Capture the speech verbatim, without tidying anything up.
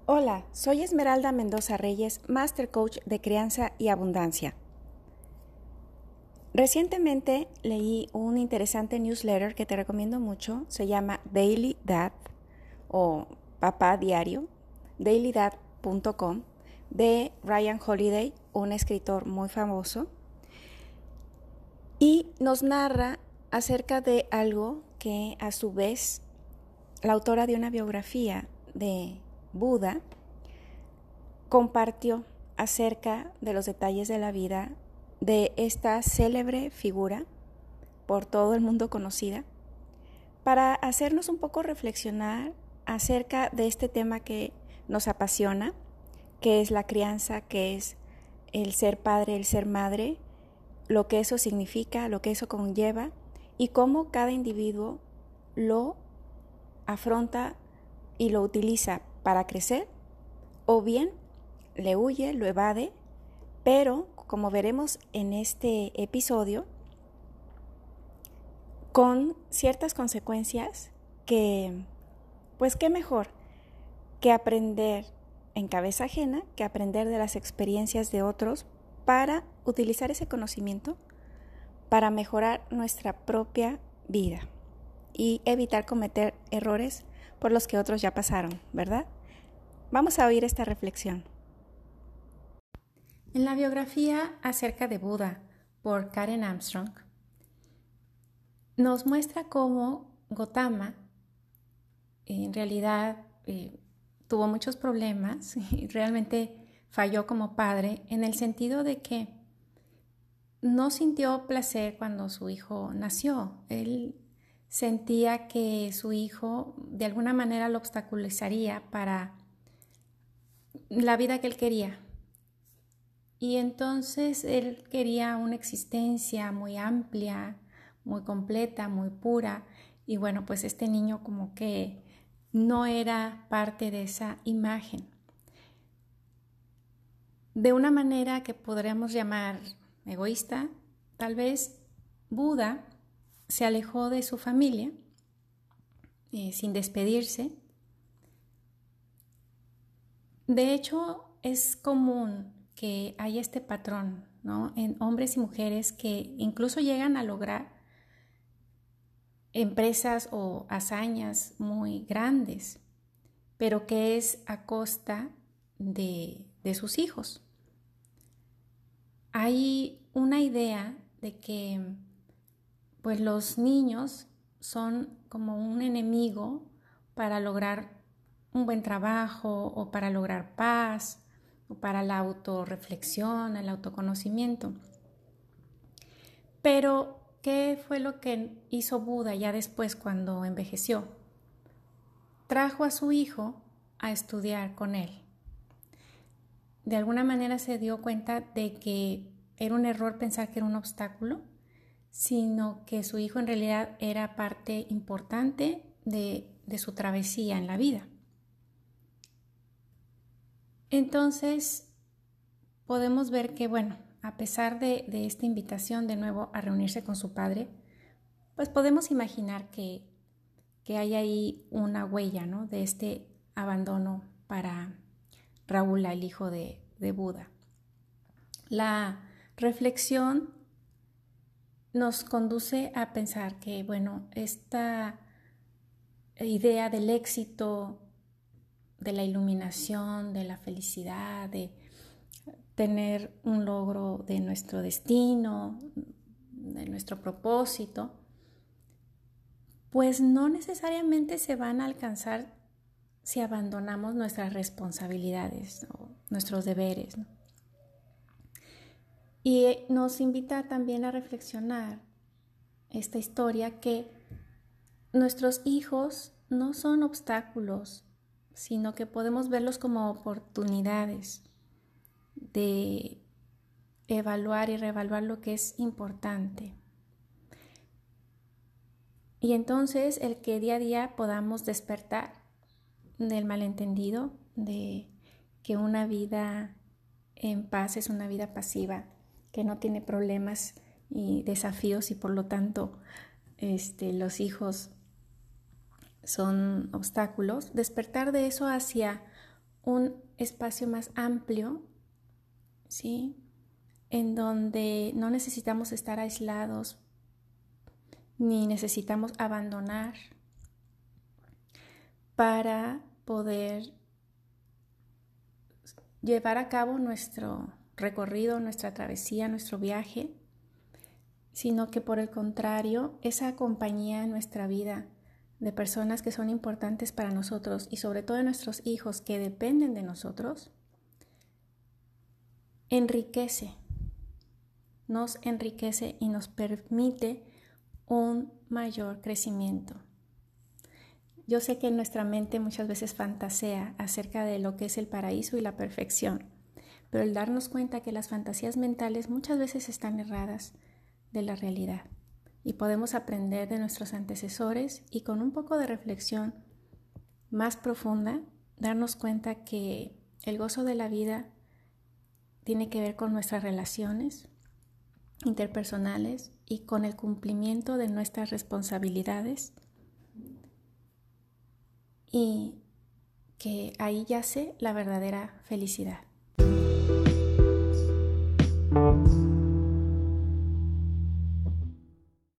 Hola, soy Esmeralda Mendoza Reyes, Master Coach de Crianza y Abundancia. Recientemente leí un interesante newsletter que te recomiendo mucho, se llama Daily Dad o Papá Diario, daily dad punto com, de Ryan Holiday, un escritor muy famoso, y nos narra acerca de algo que a su vez la autora de una biografía de Buda compartió acerca de los detalles de la vida de esta célebre figura por todo el mundo conocida, para hacernos un poco reflexionar acerca de este tema que nos apasiona, que es la crianza, que es el ser padre, el ser madre, lo que eso significa, lo que eso conlleva y cómo cada individuo lo afronta y lo utiliza para crecer o bien le huye, lo evade, pero como veremos en este episodio, con ciertas consecuencias que, pues qué mejor que aprender en cabeza ajena, que aprender de las experiencias de otros para utilizar ese conocimiento para mejorar nuestra propia vida y evitar cometer errores por los que otros ya pasaron, ¿verdad? Vamos a oír esta reflexión. En la biografía acerca de Buda por Karen Armstrong, nos muestra cómo Gautama en realidad eh, tuvo muchos problemas y realmente falló como padre en el sentido de que no sintió placer cuando su hijo nació. Él sentía que su hijo de alguna manera lo obstaculizaría para la vida que él quería. Y entonces él quería una existencia muy amplia, muy completa, muy pura. Y bueno, pues este niño como que no era parte de esa imagen. De una manera que podríamos llamar egoísta, tal vez Buda se alejó de su familia eh, sin despedirse. De hecho, es común que haya este patrón, ¿no?, en hombres y mujeres que incluso llegan a lograr empresas o hazañas muy grandes, pero que es a costa de, de sus hijos. Hay una idea de que pues los niños son como un enemigo para lograr un buen trabajo o para lograr paz o para la autorreflexión, el autoconocimiento. Pero, ¿qué fue lo que hizo Buda ya después cuando envejeció? Trajo a su hijo a estudiar con él. De alguna manera se dio cuenta de que era un error pensar que era un obstáculo, sino que su hijo en realidad era parte importante de, de su travesía en la vida. Entonces, podemos ver que, bueno, a pesar de, de esta invitación de nuevo a reunirse con su padre, pues podemos imaginar que, que hay ahí una huella, ¿no?, de este abandono para Rahula, el hijo de, de Buda. La reflexión nos conduce a pensar que, bueno, esta idea del éxito, de la iluminación, de la felicidad, de tener un logro de nuestro destino, de nuestro propósito, pues no necesariamente se van a alcanzar si abandonamos nuestras responsabilidades o nuestros deberes, ¿no? Y nos invita también a reflexionar esta historia que nuestros hijos no son obstáculos, sino que podemos verlos como oportunidades de evaluar y reevaluar lo que es importante. Y entonces el que día a día podamos despertar del malentendido de que una vida en paz es una vida pasiva, que no tiene problemas y desafíos y por lo tanto este, los hijos son obstáculos, despertar de eso hacia un espacio más amplio, ¿sí? En donde no necesitamos estar aislados ni necesitamos abandonar para poder llevar a cabo nuestro recorrido, nuestra travesía, nuestro viaje, sino que por el contrario, esa compañía en nuestra vida de personas que son importantes para nosotros y sobre todo de nuestros hijos que dependen de nosotros, enriquece, nos enriquece y nos permite un mayor crecimiento. Yo sé que nuestra mente muchas veces fantasea acerca de lo que es el paraíso y la perfección, pero el darnos cuenta que las fantasías mentales muchas veces están erradas de la realidad y podemos aprender de nuestros antecesores y con un poco de reflexión más profunda darnos cuenta que el gozo de la vida tiene que ver con nuestras relaciones interpersonales y con el cumplimiento de nuestras responsabilidades, y que ahí yace la verdadera felicidad.